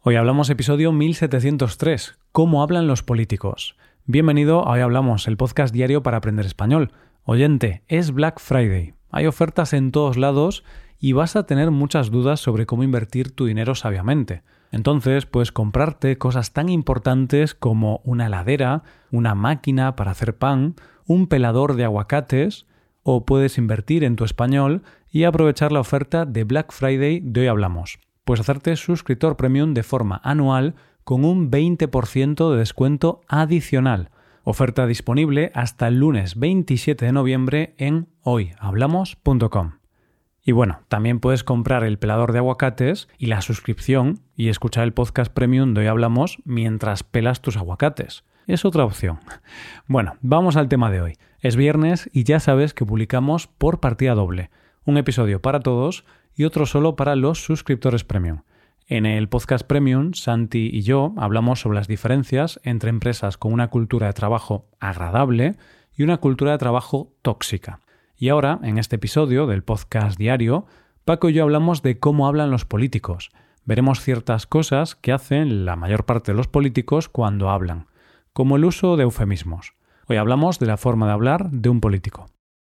Hoy hablamos episodio 1703, ¿Cómo hablan los políticos? Bienvenido a Hoy Hablamos, el podcast diario para aprender español. Oyente, es Black Friday. Hay ofertas en todos lados y vas a tener muchas dudas sobre cómo invertir tu dinero sabiamente. Entonces, puedes comprarte cosas tan importantes como una heladera, una máquina para hacer pan, un pelador de aguacates, o puedes invertir en tu español y aprovechar la oferta de Black Friday de Hoy Hablamos. Puedes hacerte suscriptor premium de forma anual con un 20% de descuento adicional. Oferta disponible hasta el lunes 27 de noviembre en hoyhablamos.com. Y bueno, también puedes comprar el pelador de aguacates y la suscripción y escuchar el podcast premium de Hoy Hablamos mientras pelas tus aguacates. Es otra opción. Bueno, vamos al tema de hoy. Es viernes y ya sabes que publicamos por partida doble. Un episodio para todos y otro solo para los suscriptores premium. En el podcast premium, Santi y yo hablamos sobre las diferencias entre empresas con una cultura de trabajo agradable y una cultura de trabajo tóxica. Y ahora, en este episodio del podcast diario, Paco y yo hablamos de cómo hablan los políticos. Veremos ciertas cosas que hacen la mayor parte de los políticos cuando hablan, como el uso de eufemismos. Hoy hablamos de la forma de hablar de un político.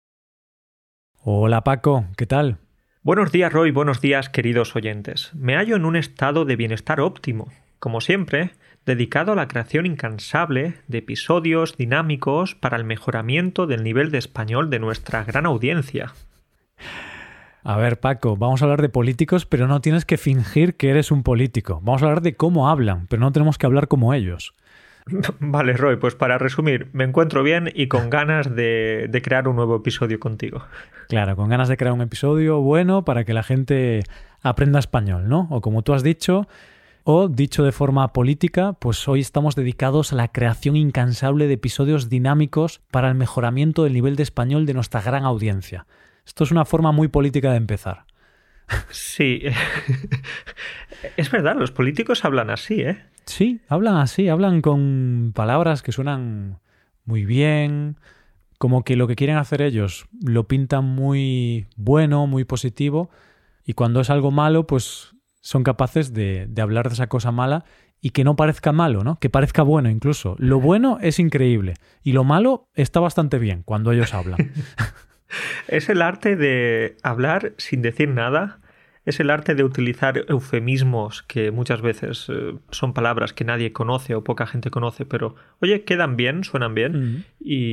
Hola Paco, ¿qué tal? Buenos días, Roy, buenos días, queridos oyentes. Me hallo en un estado de bienestar óptimo, como siempre, dedicado a la creación incansable de episodios dinámicos para el mejoramiento del nivel de español de nuestra gran audiencia. A ver, Paco, vamos a hablar de políticos, pero no tienes que fingir que eres un político. Vamos a hablar de cómo hablan, pero no tenemos que hablar como ellos. Vale, Roy, pues para resumir, me encuentro bien y con ganas de crear un nuevo episodio contigo. Claro, con ganas de crear un episodio bueno para que la gente aprenda español, ¿no? O como tú has dicho, o dicho de forma política, pues hoy estamos dedicados a la creación incansable de episodios dinámicos para el mejoramiento del nivel de español de nuestra gran audiencia. Esto es una forma muy política de empezar. Sí, es verdad, los políticos hablan así, ¿eh? Sí, hablan así, hablan con palabras que suenan muy bien, como que lo que quieren hacer ellos lo pintan muy bueno, muy positivo, y cuando es algo malo, pues son capaces de hablar de esa cosa mala y que no parezca malo, ¿no? Que parezca bueno incluso. Lo bueno es increíble y lo malo está bastante bien cuando ellos hablan. Es el arte de hablar sin decir nada. Es el arte de utilizar eufemismos que muchas veces son palabras que nadie conoce o poca gente conoce, pero oye, quedan bien, suenan bien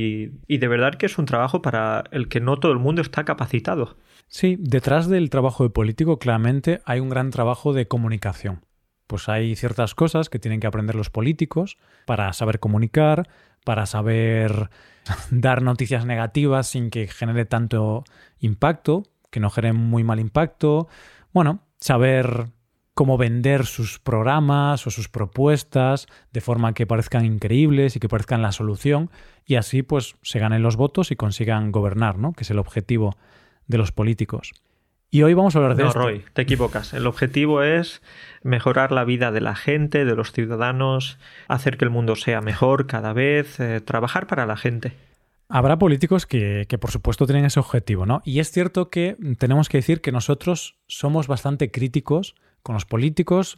y de verdad que es un trabajo para el que no todo el mundo está capacitado. Sí, detrás del trabajo de político claramente hay un gran trabajo de comunicación. Pues hay ciertas cosas que tienen que aprender los políticos para saber comunicar, para saber dar noticias negativas sin que genere tanto impacto, que no genere muy mal impacto. Bueno, saber cómo vender sus programas o sus propuestas de forma que parezcan increíbles y que parezcan la solución y así pues se ganen los votos y consigan gobernar, ¿no? Que es el objetivo de los políticos. Y hoy vamos a hablar de esto. No, Roy, te equivocas. El objetivo es mejorar la vida de la gente, de los ciudadanos, hacer que el mundo sea mejor cada vez, trabajar para la gente. Habrá políticos que por supuesto tienen ese objetivo, ¿no? Y es cierto que tenemos que decir que nosotros somos bastante críticos con los políticos.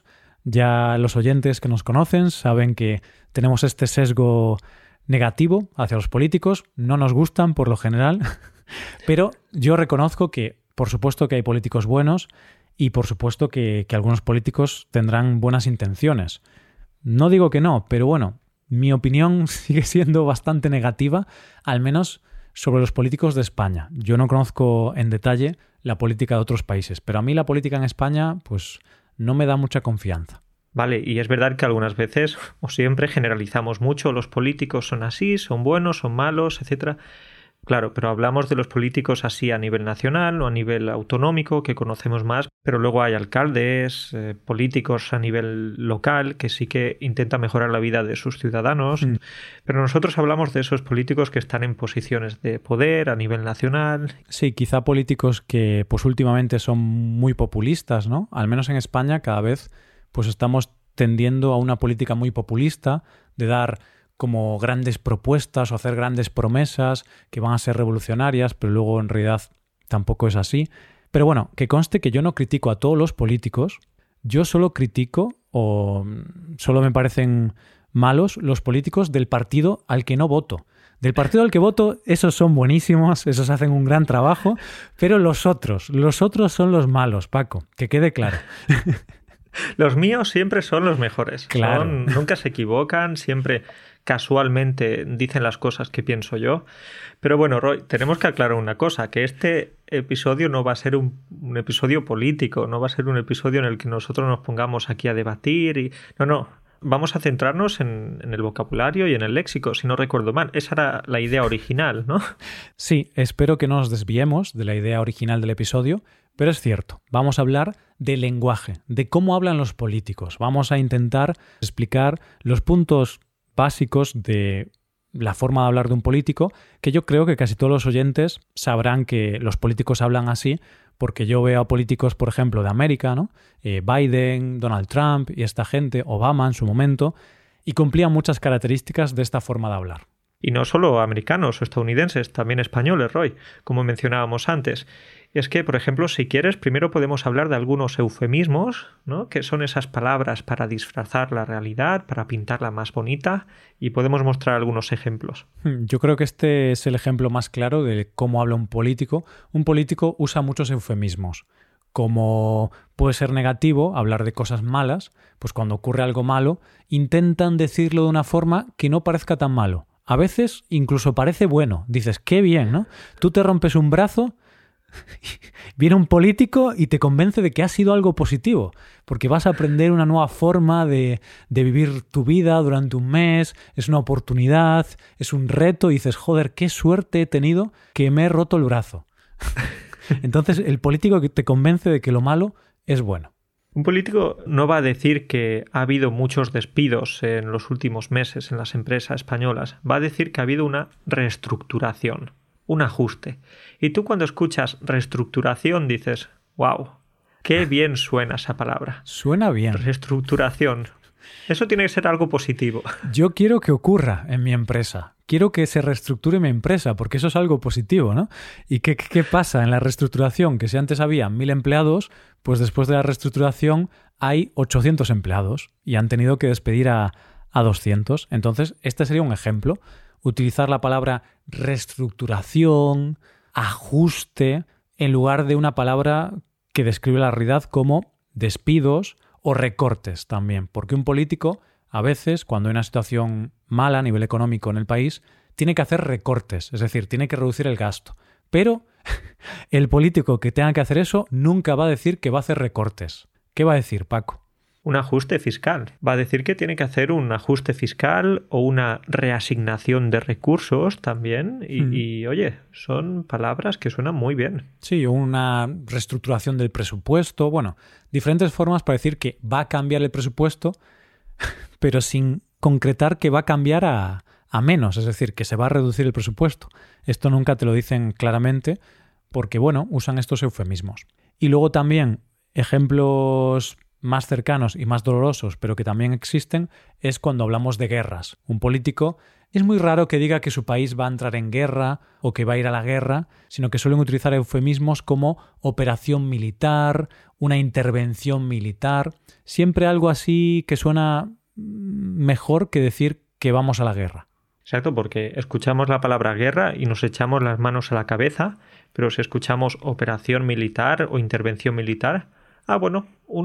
Ya los oyentes que nos conocen saben que tenemos este sesgo negativo hacia los políticos. No nos gustan por lo general, pero yo reconozco que por supuesto que hay políticos buenos y por supuesto que algunos políticos tendrán buenas intenciones. No digo que no, pero bueno, mi opinión sigue siendo bastante negativa, al menos sobre los políticos de España. Yo no conozco en detalle la política de otros países, pero a mí la política en España pues no me da mucha confianza. Vale, y es verdad que algunas veces o siempre generalizamos mucho, los políticos son así, son buenos, son malos, etcétera. Claro, pero hablamos de los políticos así a nivel nacional o a nivel autonómico, que conocemos más, pero luego hay alcaldes, políticos a nivel local, que sí que intentan mejorar la vida de sus ciudadanos, pero nosotros hablamos de esos políticos que están en posiciones de poder a nivel nacional. Sí, quizá políticos que pues últimamente son muy populistas, ¿no? Al menos en España cada vez pues estamos tendiendo a una política muy populista de dar como grandes propuestas o hacer grandes promesas que van a ser revolucionarias, pero luego en realidad tampoco es así. Pero bueno, que conste que yo no critico a todos los políticos, yo solo critico o solo me parecen malos los políticos del partido al que no voto. Del partido al que voto, esos son buenísimos, esos hacen un gran trabajo, pero los otros son los malos, Paco, que quede claro. Los míos siempre son los mejores. Claro. Nunca se equivocan, siempre casualmente dicen las cosas que pienso yo. Pero bueno, Roy, tenemos que aclarar una cosa, que este episodio no va a ser un episodio político, no va a ser un episodio en el que nosotros nos pongamos aquí a debatir. No. Vamos a centrarnos en el vocabulario y en el léxico, si no recuerdo mal. Esa era la idea original, ¿no? Sí, espero que no nos desviemos de la idea original del episodio, pero es cierto, vamos a hablar del lenguaje, de cómo hablan los políticos. Vamos a intentar explicar los puntos básicos de la forma de hablar de un político, que yo creo que casi todos los oyentes sabrán que los políticos hablan así, porque yo veo a políticos, por ejemplo, de América, ¿no? Biden, Donald Trump y esta gente, Obama en su momento, y cumplían muchas características de esta forma de hablar. Y no solo americanos o estadounidenses, también españoles, Roy, como mencionábamos antes. Es que, por ejemplo, si quieres, primero podemos hablar de algunos eufemismos, ¿no? Que son esas palabras para disfrazar la realidad, para pintarla más bonita, y podemos mostrar algunos ejemplos. Yo creo que este es el ejemplo más claro de cómo habla un político. Un político usa muchos eufemismos. Como puede ser negativo, hablar de cosas malas, pues cuando ocurre algo malo, intentan decirlo de una forma que no parezca tan malo. A veces incluso parece bueno. Dices, qué bien, ¿no? Tú te rompes un brazo, viene un político y te convence de que ha sido algo positivo, porque vas a aprender una nueva forma de vivir tu vida durante un mes, es una oportunidad, es un reto, y dices, joder, qué suerte he tenido que me he roto el brazo. Entonces el político que te convence de que lo malo es bueno. Un político no va a decir que ha habido muchos despidos en los últimos meses en las empresas españolas, va a decir que ha habido una reestructuración, un ajuste. Y tú cuando escuchas reestructuración dices, wow, qué bien suena esa palabra. Suena bien. Reestructuración. Eso tiene que ser algo positivo. Yo quiero que ocurra en mi empresa. Quiero que se reestructure mi empresa, porque eso es algo positivo, ¿no? ¿Y qué pasa en la reestructuración? Que si antes había 1.000 empleados, pues después de la reestructuración hay 800 empleados y han tenido que despedir a 200. Entonces, este sería un ejemplo. Utilizar la palabra reestructuración, ajuste, en lugar de una palabra que describe la realidad como despidos o recortes también. Porque un político, a veces, cuando hay una situación mala a nivel económico en el país, tiene que hacer recortes, es decir, tiene que reducir el gasto. Pero el político que tenga que hacer eso nunca va a decir que va a hacer recortes. ¿Qué va a decir, Paco? Un ajuste fiscal. Va a decir que tiene que hacer un ajuste fiscal o una reasignación de recursos también. Y oye, son palabras que suenan muy bien. Sí, una reestructuración del presupuesto. Bueno, diferentes formas para decir que va a cambiar el presupuesto, pero sin concretar que va a cambiar a menos, es decir, que se va a reducir el presupuesto. Esto nunca te lo dicen claramente porque, bueno, usan estos eufemismos. Y luego también ejemplos más cercanos y más dolorosos, pero que también existen, es cuando hablamos de guerras. Un político es muy raro que diga que su país va a entrar en guerra o que va a ir a la guerra, sino que suelen utilizar eufemismos como operación militar, una intervención militar, siempre algo así que suena mejor que decir que vamos a la guerra. Exacto, porque escuchamos la palabra guerra y nos echamos las manos a la cabeza, pero si escuchamos operación militar o intervención militar, bueno,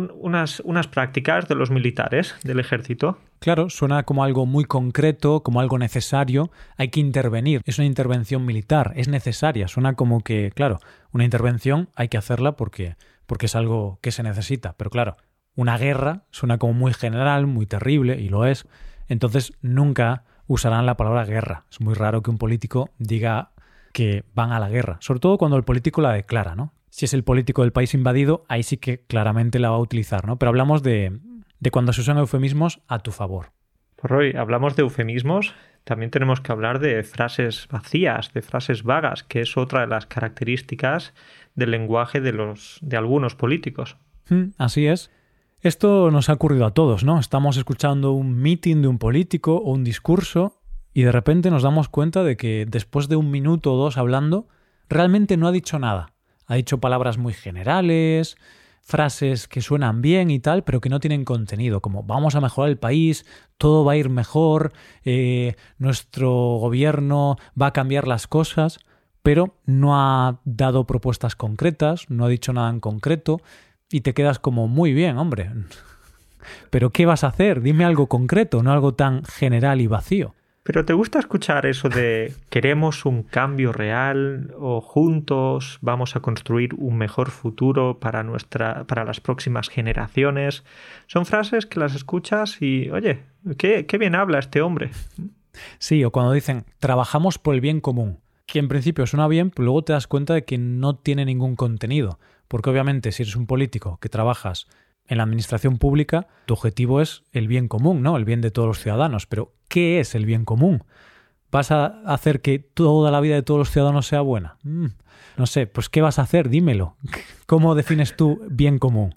unas prácticas de los militares, del ejército. Claro, suena como algo muy concreto, como algo necesario. Hay que intervenir. Es una intervención militar, es necesaria. Suena como que, claro, una intervención hay que hacerla porque es algo que se necesita. Pero claro, una guerra suena como muy general, muy terrible, y lo es. Entonces nunca usarán la palabra guerra. Es muy raro que un político diga que van a la guerra, sobre todo cuando el político la declara, ¿no? Si es el político del país invadido, ahí sí que claramente la va a utilizar, ¿no? Pero hablamos de cuando se usan eufemismos a tu favor. Pues Roy, hablamos de eufemismos, también tenemos que hablar de frases vacías, de frases vagas, que es otra de las características del lenguaje de algunos políticos. Así es. Esto nos ha ocurrido a todos, ¿no? Estamos escuchando un meeting de un político o un discurso y de repente nos damos cuenta de que después de 1 minuto o 2 hablando, realmente no ha dicho nada. Ha dicho palabras muy generales, frases que suenan bien y tal, pero que no tienen contenido, como vamos a mejorar el país, todo va a ir mejor, nuestro gobierno va a cambiar las cosas, pero no ha dado propuestas concretas, no ha dicho nada en concreto y te quedas como muy bien, hombre. ¿Pero qué vas a hacer? Dime algo concreto, no algo tan general y vacío. ¿Pero te gusta escuchar eso de queremos un cambio real o juntos vamos a construir un mejor futuro para las próximas generaciones? Son frases que las escuchas y, oye, qué bien habla este hombre. Sí, o cuando dicen trabajamos por el bien común, que en principio suena bien, pero luego te das cuenta de que no tiene ningún contenido. Porque obviamente si eres un político que trabajas en la administración pública, tu objetivo es el bien común, ¿no? El bien de todos los ciudadanos. Pero, ¿qué es el bien común? ¿Vas a hacer que toda la vida de todos los ciudadanos sea buena? No sé, pues ¿qué vas a hacer? Dímelo. ¿Cómo defines tú bien común?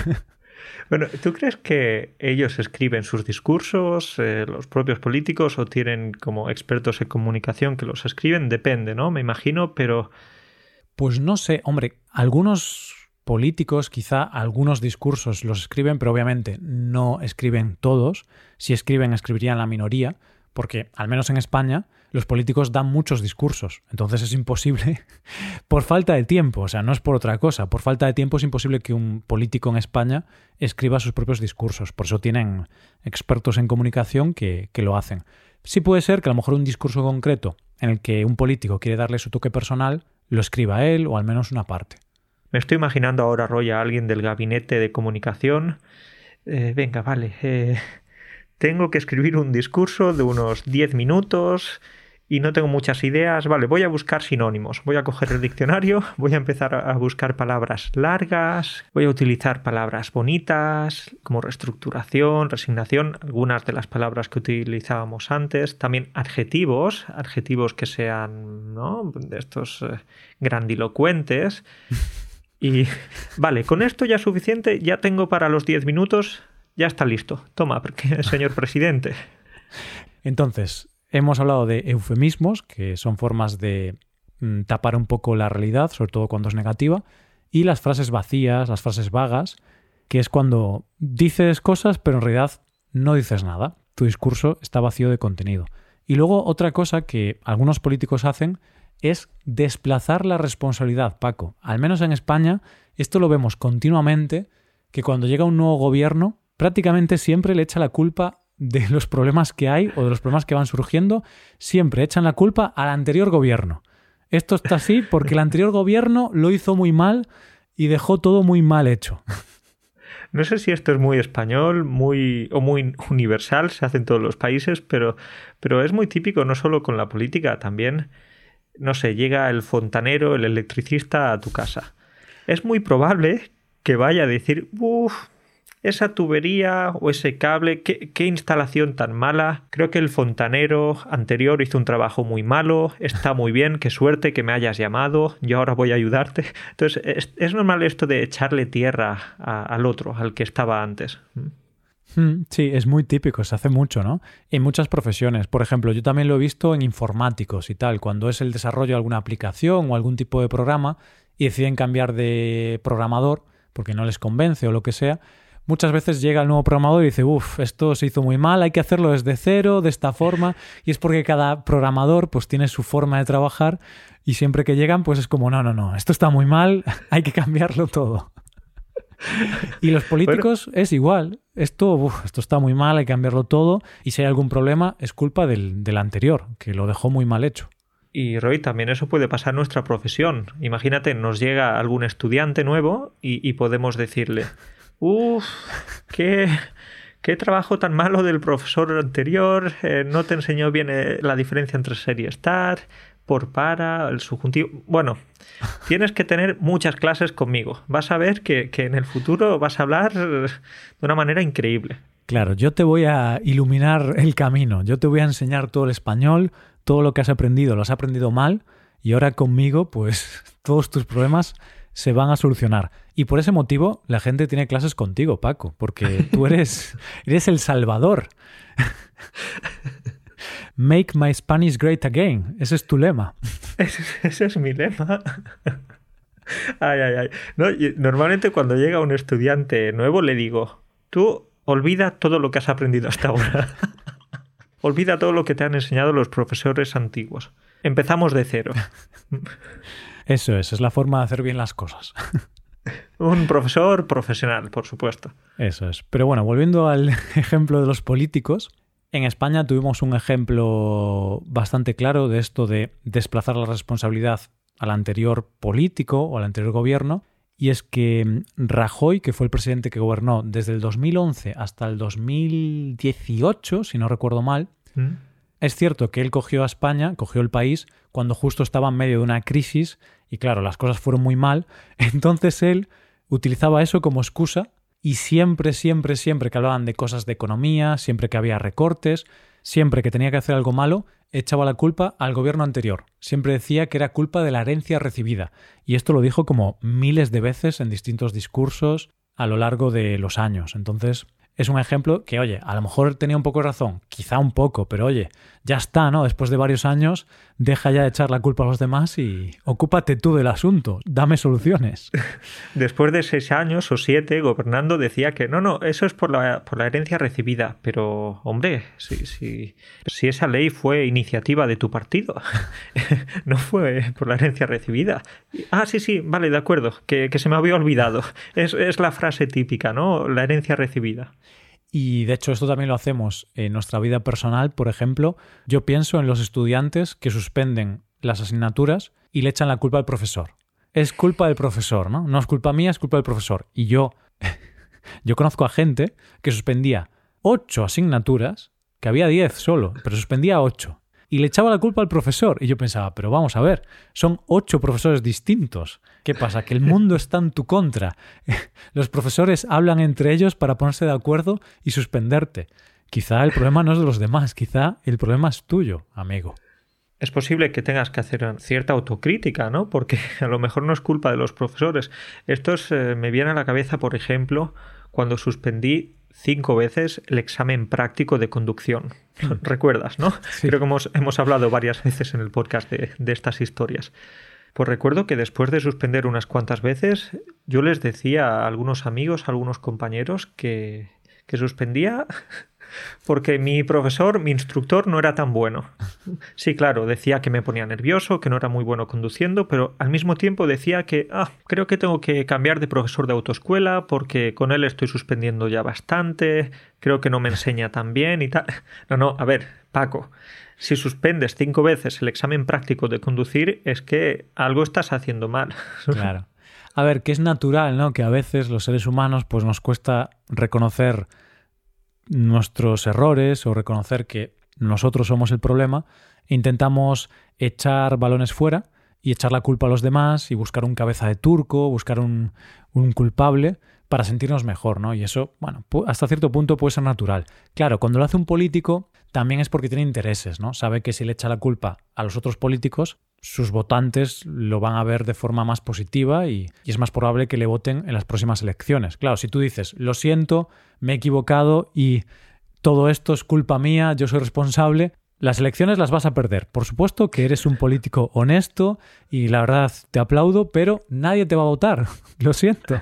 Bueno, ¿tú crees que ellos escriben sus discursos, los propios políticos, o tienen como expertos en comunicación que los escriben? Depende, ¿no? Me imagino, pero... Pues no sé, hombre, algunos políticos, quizá algunos discursos los escriben, pero obviamente no escriben todos. Si escriben, escribirían la minoría, porque al menos en España los políticos dan muchos discursos. Entonces es imposible, por falta de tiempo, o sea, no es por otra cosa, por falta de tiempo es imposible que un político en España escriba sus propios discursos. Por eso tienen expertos en comunicación que lo hacen. Sí puede ser que a lo mejor un discurso concreto en el que un político quiere darle su toque personal, lo escriba él o al menos una parte. Me estoy imaginando ahora, Roy, a alguien del gabinete de comunicación. Venga, vale. Tengo que escribir un discurso de unos 10 minutos y no tengo muchas ideas. Vale, voy a buscar sinónimos. Voy a coger el diccionario, voy a empezar a buscar palabras largas, voy a utilizar palabras bonitas como reestructuración, resignación, algunas de las palabras que utilizábamos antes. También adjetivos que sean, ¿no?, de estos grandilocuentes. Y vale, con esto ya es suficiente, ya tengo para los 10 minutos, ya está listo. Toma, señor presidente. Entonces, hemos hablado de eufemismos, que son formas de tapar un poco la realidad, sobre todo cuando es negativa, y las frases vacías, las frases vagas, que es cuando dices cosas pero en realidad no dices nada. Tu discurso está vacío de contenido. Y luego otra cosa que algunos políticos hacen es desplazar la responsabilidad, Paco. Al menos en España, esto lo vemos continuamente, que cuando llega un nuevo gobierno, prácticamente siempre le echa la culpa de los problemas que hay o de los problemas que van surgiendo, siempre echan la culpa al anterior gobierno. Esto está así porque el anterior gobierno lo hizo muy mal y dejó todo muy mal hecho. No sé si esto es muy español o muy universal, se hace en todos los países, pero es muy típico no solo con la política, también... No sé, llega el fontanero, el electricista a tu casa. Es muy probable que vaya a decir, esa tubería o ese cable, qué instalación tan mala. Creo que el fontanero anterior hizo un trabajo muy malo, está muy bien, qué suerte que me hayas llamado, yo ahora voy a ayudarte. Entonces, es normal esto de echarle tierra al otro, al que estaba antes. Sí, es muy típico, se hace mucho, ¿no? En muchas profesiones. Por ejemplo, yo también lo he visto en informáticos y tal, cuando es el desarrollo de alguna aplicación o algún tipo de programa y deciden cambiar de programador porque no les convence o lo que sea, muchas veces llega el nuevo programador y dice, esto se hizo muy mal, hay que hacerlo desde cero, de esta forma, y es porque cada programador pues tiene su forma de trabajar y siempre que llegan pues es como, no, esto está muy mal, hay que cambiarlo todo. Y los políticos es igual. Esto está muy mal, hay que cambiarlo todo. Y si hay algún problema, es culpa del anterior, que lo dejó muy mal hecho. Y Roy, también eso puede pasar en nuestra profesión. Imagínate, nos llega algún estudiante nuevo y podemos decirle, qué trabajo tan malo del profesor anterior, no te enseñó bien la diferencia entre ser y estar, el subjuntivo. Bueno, tienes que tener muchas clases conmigo. Vas a ver que en el futuro vas a hablar de una manera increíble. Claro, yo te voy a iluminar el camino. Yo te voy a enseñar todo el español, todo lo que has aprendido, lo has aprendido mal y ahora conmigo, pues todos tus problemas se van a solucionar. Y por ese motivo la gente tiene clases contigo, Paco, porque tú eres el salvador. Make my Spanish great again. Ese es tu lema. Ese es mi lema. Ay, ay, ay. No, normalmente cuando llega un estudiante nuevo le digo, tú olvida todo lo que has aprendido hasta ahora. Olvida todo lo que te han enseñado los profesores antiguos. Empezamos de cero. Eso es la forma de hacer bien las cosas. Un profesor profesional, por supuesto. Eso es. Pero bueno, volviendo al ejemplo de los políticos, en España tuvimos un ejemplo bastante claro de esto de desplazar la responsabilidad al anterior político o al anterior gobierno, y es que Rajoy, que fue el presidente que gobernó desde el 2011 hasta el 2018, si no recuerdo mal, es cierto que él cogió a España, cogió el país, cuando justo estaba en medio de una crisis y claro, las cosas fueron muy mal, entonces él utilizaba eso como excusa y siempre que hablaban de cosas de economía, siempre que había recortes, siempre que tenía que hacer algo malo, echaba la culpa al gobierno anterior. Siempre decía que era culpa de la herencia recibida. Y esto lo dijo como miles de veces en distintos discursos a lo largo de los años. Entonces, es un ejemplo que, oye, a lo mejor tenía un poco de razón, quizá un poco, pero oye, ya está, ¿no? Después de varios años, deja ya de echar la culpa a los demás y ocúpate tú del asunto, dame soluciones. Después de 6 años o 7 gobernando decía que no, eso es por la herencia recibida, pero hombre, si esa ley fue iniciativa de tu partido, no fue por la herencia recibida. Ah, sí, vale, de acuerdo, que se me había olvidado. Es la frase típica, ¿no? La herencia recibida. Y de hecho esto también lo hacemos en nuestra vida personal. Por ejemplo, yo pienso en los estudiantes que suspenden las asignaturas y le echan la culpa al profesor. Es culpa del profesor, ¿no? No es culpa mía, es culpa del profesor. Y yo conozco a gente que suspendía 8 asignaturas, que había 10 solo, pero suspendía 8. Y le echaba la culpa al profesor. Y yo pensaba, pero vamos a ver, son 8 profesores distintos. ¿Qué pasa? Que el mundo está en tu contra. Los profesores hablan entre ellos para ponerse de acuerdo y suspenderte. Quizá el problema no es de los demás, quizá el problema es tuyo, amigo. Es posible que tengas que hacer cierta autocrítica, ¿no? Porque a lo mejor no es culpa de los profesores. Me viene a la cabeza, por ejemplo, cuando suspendí 5 veces el examen práctico de conducción. ¿Recuerdas, no? Sí. Creo que hemos hablado varias veces en el podcast de estas historias. Pues recuerdo que después de suspender unas cuantas veces, yo les decía a algunos amigos, a algunos compañeros que suspendía porque mi instructor no era tan bueno. Sí, claro, decía que me ponía nervioso, que no era muy bueno conduciendo, pero al mismo tiempo decía que creo que tengo que cambiar de profesor de autoescuela porque con él estoy suspendiendo ya bastante, creo que no me enseña tan bien y tal. No, a ver, Paco, si suspendes 5 veces el examen práctico de conducir es que algo estás haciendo mal. Claro. A ver, que es natural, ¿no? Que a veces los seres humanos pues nos cuesta reconocer nuestros errores o reconocer que nosotros somos el problema, intentamos echar balones fuera y echar la culpa a los demás y buscar un cabeza de turco, buscar un culpable para sentirnos mejor, ¿no? Y eso, bueno, hasta cierto punto puede ser natural. Claro, cuando lo hace un político también es porque tiene intereses, ¿no? Sabe que si le echa la culpa a los otros políticos, sus votantes lo van a ver de forma más positiva y es más probable que le voten en las próximas elecciones. Claro, si tú dices, lo siento, me he equivocado y todo esto es culpa mía, yo soy responsable, las elecciones las vas a perder. Por supuesto que eres un político honesto y la verdad te aplaudo, pero nadie te va a votar. Lo siento.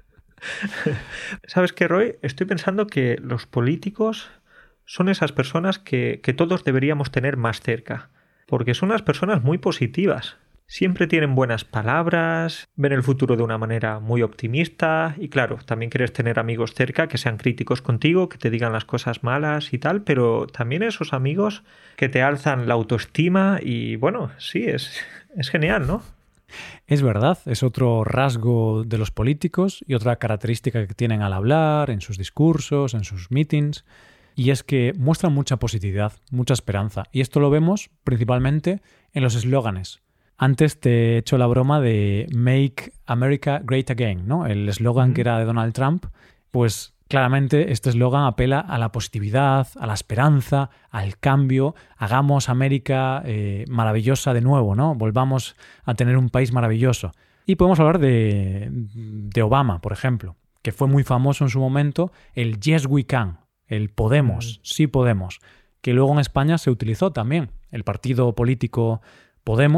¿Sabes qué, Roy? Estoy pensando que los políticos son esas personas que todos deberíamos tener más cerca. Porque son unas personas muy positivas. Siempre tienen buenas palabras, ven el futuro de una manera muy optimista y claro, también quieres tener amigos cerca que sean críticos contigo, que te digan las cosas malas y tal, pero también esos amigos que te alzan la autoestima y bueno, sí, es genial, ¿no? Es verdad, es otro rasgo de los políticos y otra característica que tienen al hablar, en sus discursos, en sus meetings. Y es que muestran mucha positividad, mucha esperanza. Y esto lo vemos principalmente en los eslóganes. Antes te he hecho la broma de Make America Great Again, ¿no? El eslogan que era de Donald Trump. Pues claramente este eslogan apela a la positividad, a la esperanza, al cambio. Hagamos América maravillosa de nuevo, ¿no? Volvamos a tener un país maravilloso. Y podemos hablar de Obama, por ejemplo, que fue muy famoso en su momento, el Yes We Can. El Podemos, sí podemos, que luego en España se utilizó también. El partido político Podemos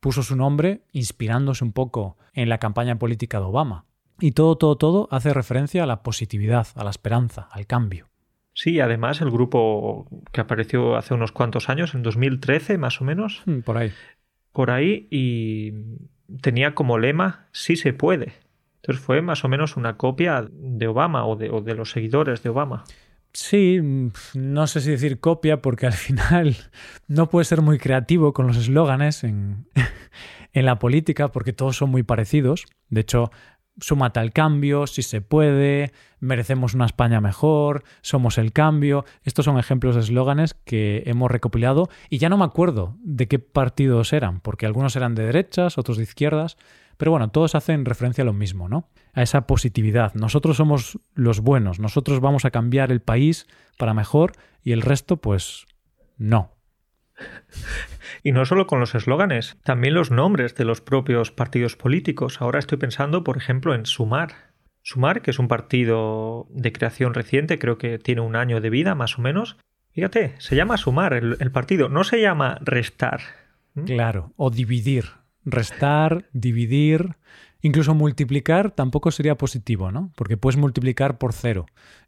puso su nombre inspirándose un poco en la campaña política de Obama. Y todo hace referencia a la positividad, a la esperanza, al cambio. Sí, además el grupo que apareció hace unos cuantos años, en 2013 más o menos. Por ahí. Por ahí, y tenía como lema "sí se puede". Entonces fue más o menos una copia de Obama o de los seguidores de Obama. Sí, no sé si decir copia porque al final no puedes ser muy creativo con los eslóganes en la política porque todos son muy parecidos. De hecho, súmate al cambio, si se puede, merecemos una España mejor, somos el cambio. Estos son ejemplos de eslóganes que hemos recopilado y ya no me acuerdo de qué partidos eran, porque algunos eran de derechas, otros de izquierdas, pero bueno, todos hacen referencia a lo mismo, ¿no? A esa positividad. Nosotros somos los buenos, nosotros vamos a cambiar el país para mejor y el resto, pues, no. Y no solo con los eslóganes, también los nombres de los propios partidos políticos. Ahora estoy pensando, por ejemplo, en Sumar. Sumar, que es un partido de creación reciente, creo que tiene un año de vida, más o menos. Fíjate, se llama Sumar el partido, no se llama Restar. Claro, o dividir. Restar, dividir, incluso multiplicar tampoco sería positivo, ¿no? Porque puedes multiplicar por 0.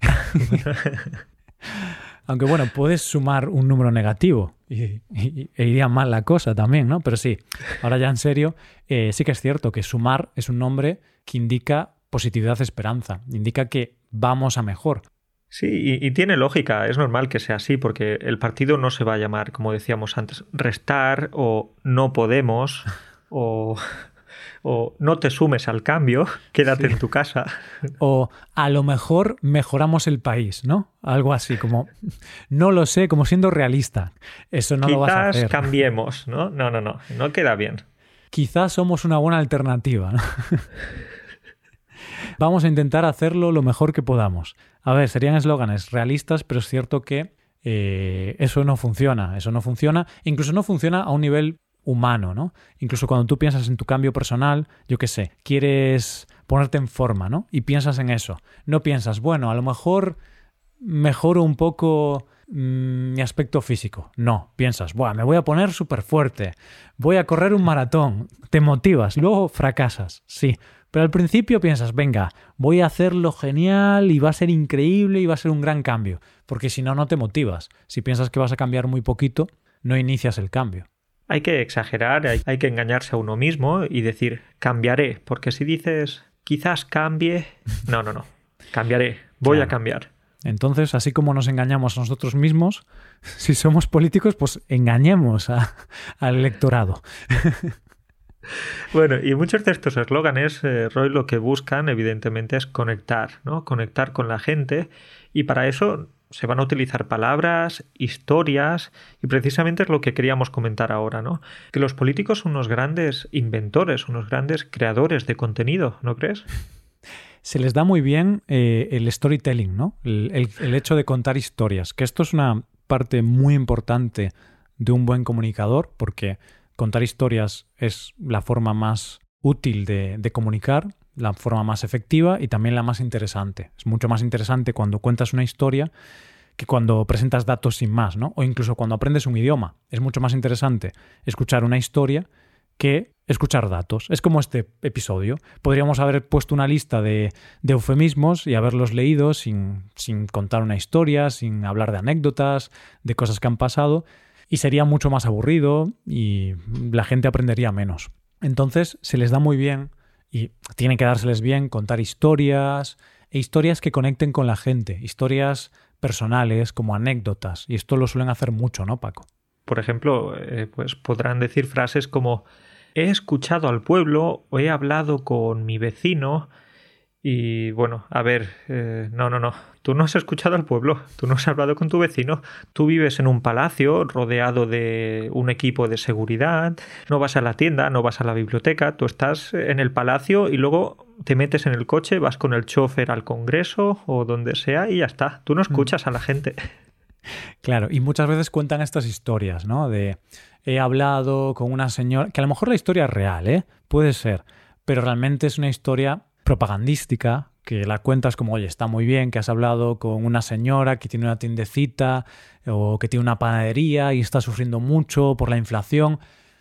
Aunque bueno, puedes sumar un número negativo e iría mal la cosa también, ¿no? Pero sí, ahora ya en serio, sí que es cierto que sumar es un nombre que indica positividad, esperanza, indica que vamos a mejor. Sí, y tiene lógica, es normal que sea así, porque el partido no se va a llamar, como decíamos antes, Restar o No Podemos o no te sumes al cambio, quédate en tu casa. O a lo mejor mejoramos el país, ¿no? Algo así, como no lo sé, como siendo realista. Eso no Quizás lo vas a hacer. Quizás cambiemos, ¿no? No queda bien. Quizás somos una buena alternativa, ¿no? Vamos a intentar hacerlo lo mejor que podamos. A ver, serían eslóganes realistas, pero es cierto que eso no funciona. Eso no funciona. Incluso no funciona a un nivel humano, ¿no? Incluso cuando tú piensas en tu cambio personal, yo qué sé, quieres ponerte en forma, ¿no? Y piensas en eso. No piensas, bueno, a lo mejor mejoro un poco mi aspecto físico. No, piensas, buah, me voy a poner súper fuerte, voy a correr un maratón. Te motivas, luego fracasas, sí. Pero al principio piensas, venga, voy a hacerlo genial y va a ser increíble y va a ser un gran cambio. Porque si no, no te motivas. Si piensas que vas a cambiar muy poquito, no inicias el cambio. Hay que exagerar, hay que engañarse a uno mismo y decir, cambiaré. Porque si dices, quizás cambie... No. Cambiaré, voy a cambiar. Entonces, así como nos engañamos a nosotros mismos, si somos políticos, pues engañemos al electorado. Bueno, y muchos de estos eslóganes, Roy, lo que buscan, evidentemente, es conectar, ¿no? Conectar con la gente. Y para eso se van a utilizar palabras, historias, y precisamente es lo que queríamos comentar ahora, ¿no? Que los políticos son unos grandes inventores, unos grandes creadores de contenido, ¿no crees? Se les da muy bien el storytelling, ¿no? El hecho de contar historias, que esto es una parte muy importante de un buen comunicador, porque contar historias es la forma más útil de comunicar, la forma más efectiva y también la más interesante. Es mucho más interesante cuando cuentas una historia que cuando presentas datos sin más, ¿no? O incluso cuando aprendes un idioma. Es mucho más interesante escuchar una historia que escuchar datos. Es como este episodio. Podríamos haber puesto una lista de eufemismos y haberlos leído sin contar una historia, sin hablar de anécdotas, de cosas que han pasado, y sería mucho más aburrido y la gente aprendería menos. Entonces se les da muy bien, y tiene que dárseles bien, contar historias e historias que conecten con la gente, historias personales como anécdotas, y esto lo suelen hacer mucho, ¿no, Paco? Por ejemplo, pues podrán decir frases como he escuchado al pueblo o he hablado con mi vecino. Y bueno, a ver, no. Tú no has escuchado al pueblo, tú no has hablado con tu vecino. Tú vives en un palacio rodeado de un equipo de seguridad. No vas a la tienda, no vas a la biblioteca. Tú estás en el palacio y luego te metes en el coche, vas con el chofer al Congreso o donde sea y ya está. Tú no escuchas a la gente. Claro, y muchas veces cuentan estas historias, ¿no? De he hablado con una señora, que a lo mejor la historia es real, ¿eh? Puede ser, pero realmente es una historia propagandística, que la cuentas como, oye, está muy bien que has hablado con una señora que tiene una tiendecita o que tiene una panadería y está sufriendo mucho por la inflación,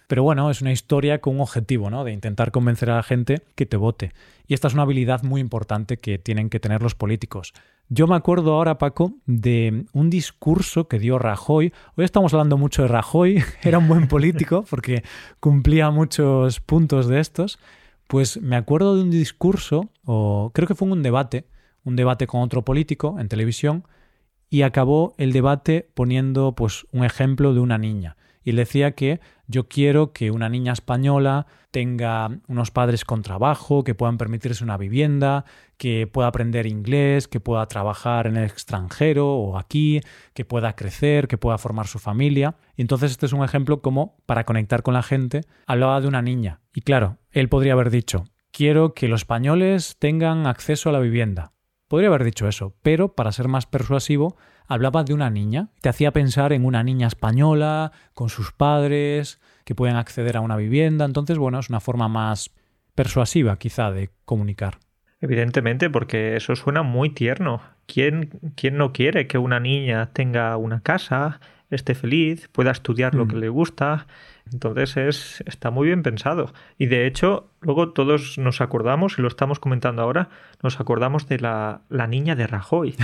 Pero bueno, es una historia con un objetivo, ¿no? De intentar convencer a la gente que te vote. Y esta es una habilidad muy importante que tienen que tener los políticos. Yo me acuerdo ahora, Paco, de un discurso que dio Rajoy. Hoy estamos hablando mucho de Rajoy. Era un buen político porque cumplía muchos puntos de estos. Pues me acuerdo de un discurso, o creo que fue un debate con otro político en televisión, y acabó el debate poniendo pues un ejemplo de una niña. Y él decía que yo quiero que una niña española tenga unos padres con trabajo, que puedan permitirse una vivienda, que pueda aprender inglés, que pueda trabajar en el extranjero o aquí, que pueda crecer, que pueda formar su familia. Y entonces este es un ejemplo como para conectar con la gente. Hablaba de una niña. Y claro, él podría haber dicho, quiero que los españoles tengan acceso a la vivienda. Podría haber dicho eso, pero para ser más persuasivo, hablaba de una niña. Te hacía pensar en una niña española, con sus padres, que pueden acceder a una vivienda. Entonces, bueno, es una forma más persuasiva, quizá, de comunicar. Evidentemente, porque eso suena muy tierno. ¿Quién no quiere que una niña tenga una casa, esté feliz, pueda estudiar lo que le gusta? Entonces está muy bien pensado. Y de hecho, luego todos nos acordamos, y lo estamos comentando ahora, nos acordamos de la niña de Rajoy.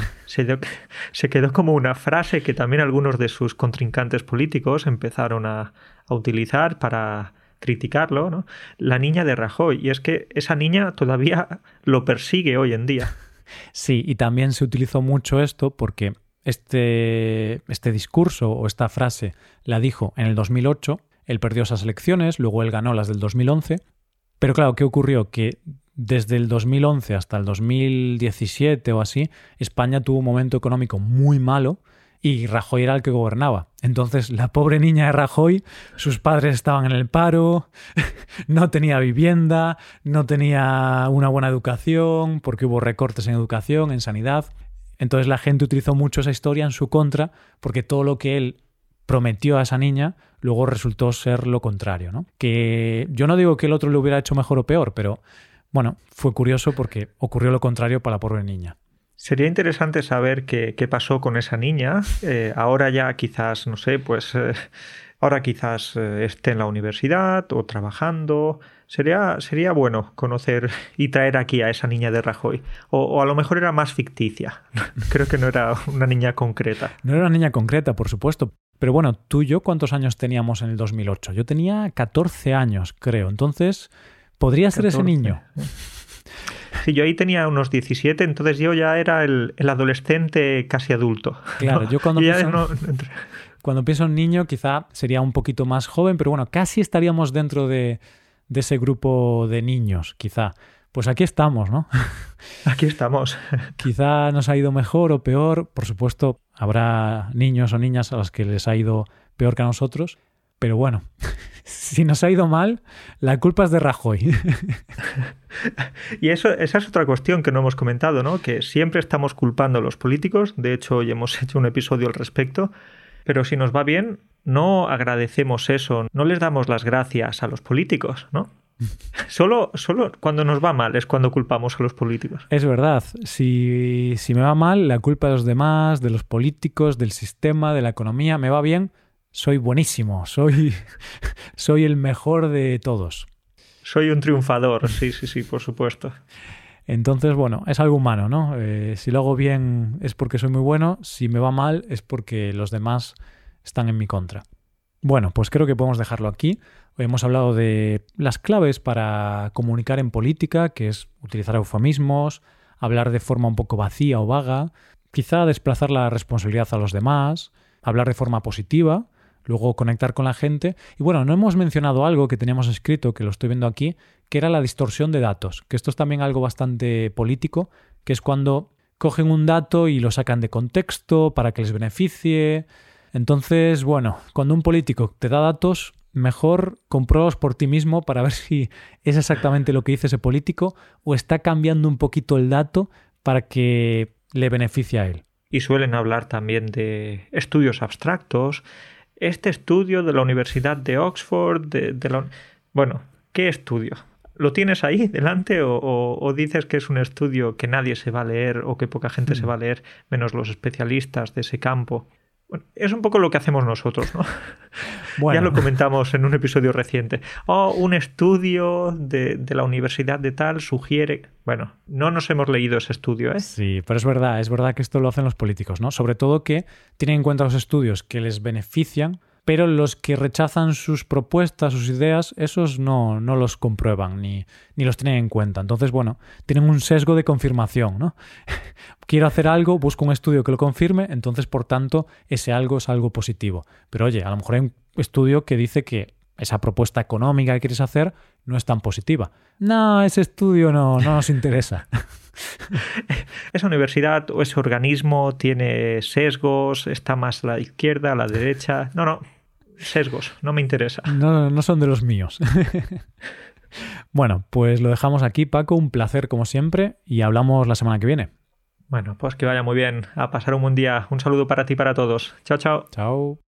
Se quedó como una frase que también algunos de sus contrincantes políticos empezaron a utilizar para criticarlo, ¿no? La niña de Rajoy. Y es que esa niña todavía lo persigue hoy en día. Sí, y también se utilizó mucho esto porque este discurso o esta frase la dijo en el 2008. Él perdió esas elecciones, luego él ganó las del 2011. Pero claro, ¿qué ocurrió? Que desde el 2011 hasta el 2017 o así, España tuvo un momento económico muy malo y Rajoy era el que gobernaba. Entonces, la pobre niña de Rajoy, sus padres estaban en el paro, no tenía vivienda, no tenía una buena educación, porque hubo recortes en educación, en sanidad. Entonces, la gente utilizó mucho esa historia en su contra, porque todo lo que él prometió a esa niña, luego resultó ser lo contrario, ¿no? Que yo no digo que el otro le hubiera hecho mejor o peor, pero bueno, fue curioso porque ocurrió lo contrario para la pobre niña. Sería interesante saber qué pasó con esa niña. Ahora ya quizás, no sé, pues ahora quizás esté en la universidad o trabajando. Sería bueno conocer y traer aquí a esa niña de Rajoy. O a lo mejor era más ficticia. Creo que no era una niña concreta. No era una niña concreta, por supuesto. Pero bueno, tú y yo, ¿cuántos años teníamos en el 2008? Yo tenía 14 años, creo. Entonces, ¿podría ser 14. ese niño? Sí, yo ahí tenía unos 17, entonces yo ya era el adolescente casi adulto. Claro, ¿no? yo cuando pienso en niño quizá sería un poquito más joven, pero bueno, casi estaríamos dentro de ese grupo de niños, quizá. Pues aquí estamos, ¿no? Aquí estamos. Quizá nos ha ido mejor o peor. Por supuesto, habrá niños o niñas a los que les ha ido peor que a nosotros. Pero bueno, si nos ha ido mal, la culpa es de Rajoy. Y esa es otra cuestión que no hemos comentado, ¿no? Que siempre estamos culpando a los políticos. De hecho, hoy hemos hecho un episodio al respecto. Pero si nos va bien, no agradecemos eso. No les damos las gracias a los políticos, ¿no? Solo cuando nos va mal es cuando culpamos a los políticos. Es verdad. Si me va mal, la culpa es de los demás, de los políticos, del sistema, de la economía. Me va bien, soy buenísimo. Soy el mejor de todos. Soy un triunfador, sí, por supuesto. Entonces, bueno, es algo humano, ¿no? Si lo hago bien es porque soy muy bueno. Si me va mal es porque los demás están en mi contra. Bueno, pues creo que podemos dejarlo aquí. Hoy hemos hablado de las claves para comunicar en política, que es utilizar eufemismos, hablar de forma un poco vacía o vaga, quizá desplazar la responsabilidad a los demás, hablar de forma positiva, luego conectar con la gente. Y bueno, no hemos mencionado algo que teníamos escrito, que lo estoy viendo aquí, que era la distorsión de datos, que esto es también algo bastante político, que es cuando cogen un dato y lo sacan de contexto para que les beneficie. Entonces, bueno, cuando un político te da datos, mejor compruébalo por ti mismo para ver si es exactamente lo que dice ese político o está cambiando un poquito el dato para que le beneficie a él. Y suelen hablar también de estudios abstractos. Este estudio de la Universidad de Oxford, Bueno, ¿qué estudio? ¿Lo tienes ahí delante o dices que es un estudio que nadie se va a leer o que poca gente se va a leer, menos los especialistas de ese campo? Bueno, es un poco lo que hacemos nosotros, ¿no? Bueno. Ya lo comentamos en un episodio reciente. Un estudio de la universidad de tal sugiere... Bueno, no nos hemos leído ese estudio, ¿eh? Sí, pero es verdad que esto lo hacen los políticos, ¿no? Sobre todo que tienen en cuenta los estudios que les benefician, pero los que rechazan sus propuestas, sus ideas, esos no los comprueban ni los tienen en cuenta. Entonces, bueno, tienen un sesgo de confirmación, ¿no? Quiero hacer algo, busco un estudio que lo confirme, entonces, por tanto, ese algo es algo positivo. Pero oye, a lo mejor hay un estudio que dice que esa propuesta económica que quieres hacer no es tan positiva. No, ese estudio no nos interesa. Esa universidad o ese organismo tiene sesgos, está más a la izquierda, a la derecha. No, sesgos, no me interesa. No son de los míos. Bueno, pues lo dejamos aquí, Paco. Un placer como siempre y hablamos la semana que viene. Bueno, pues que vaya muy bien. A pasar un buen día. Un saludo para ti y para todos. Chao, chao. Chao.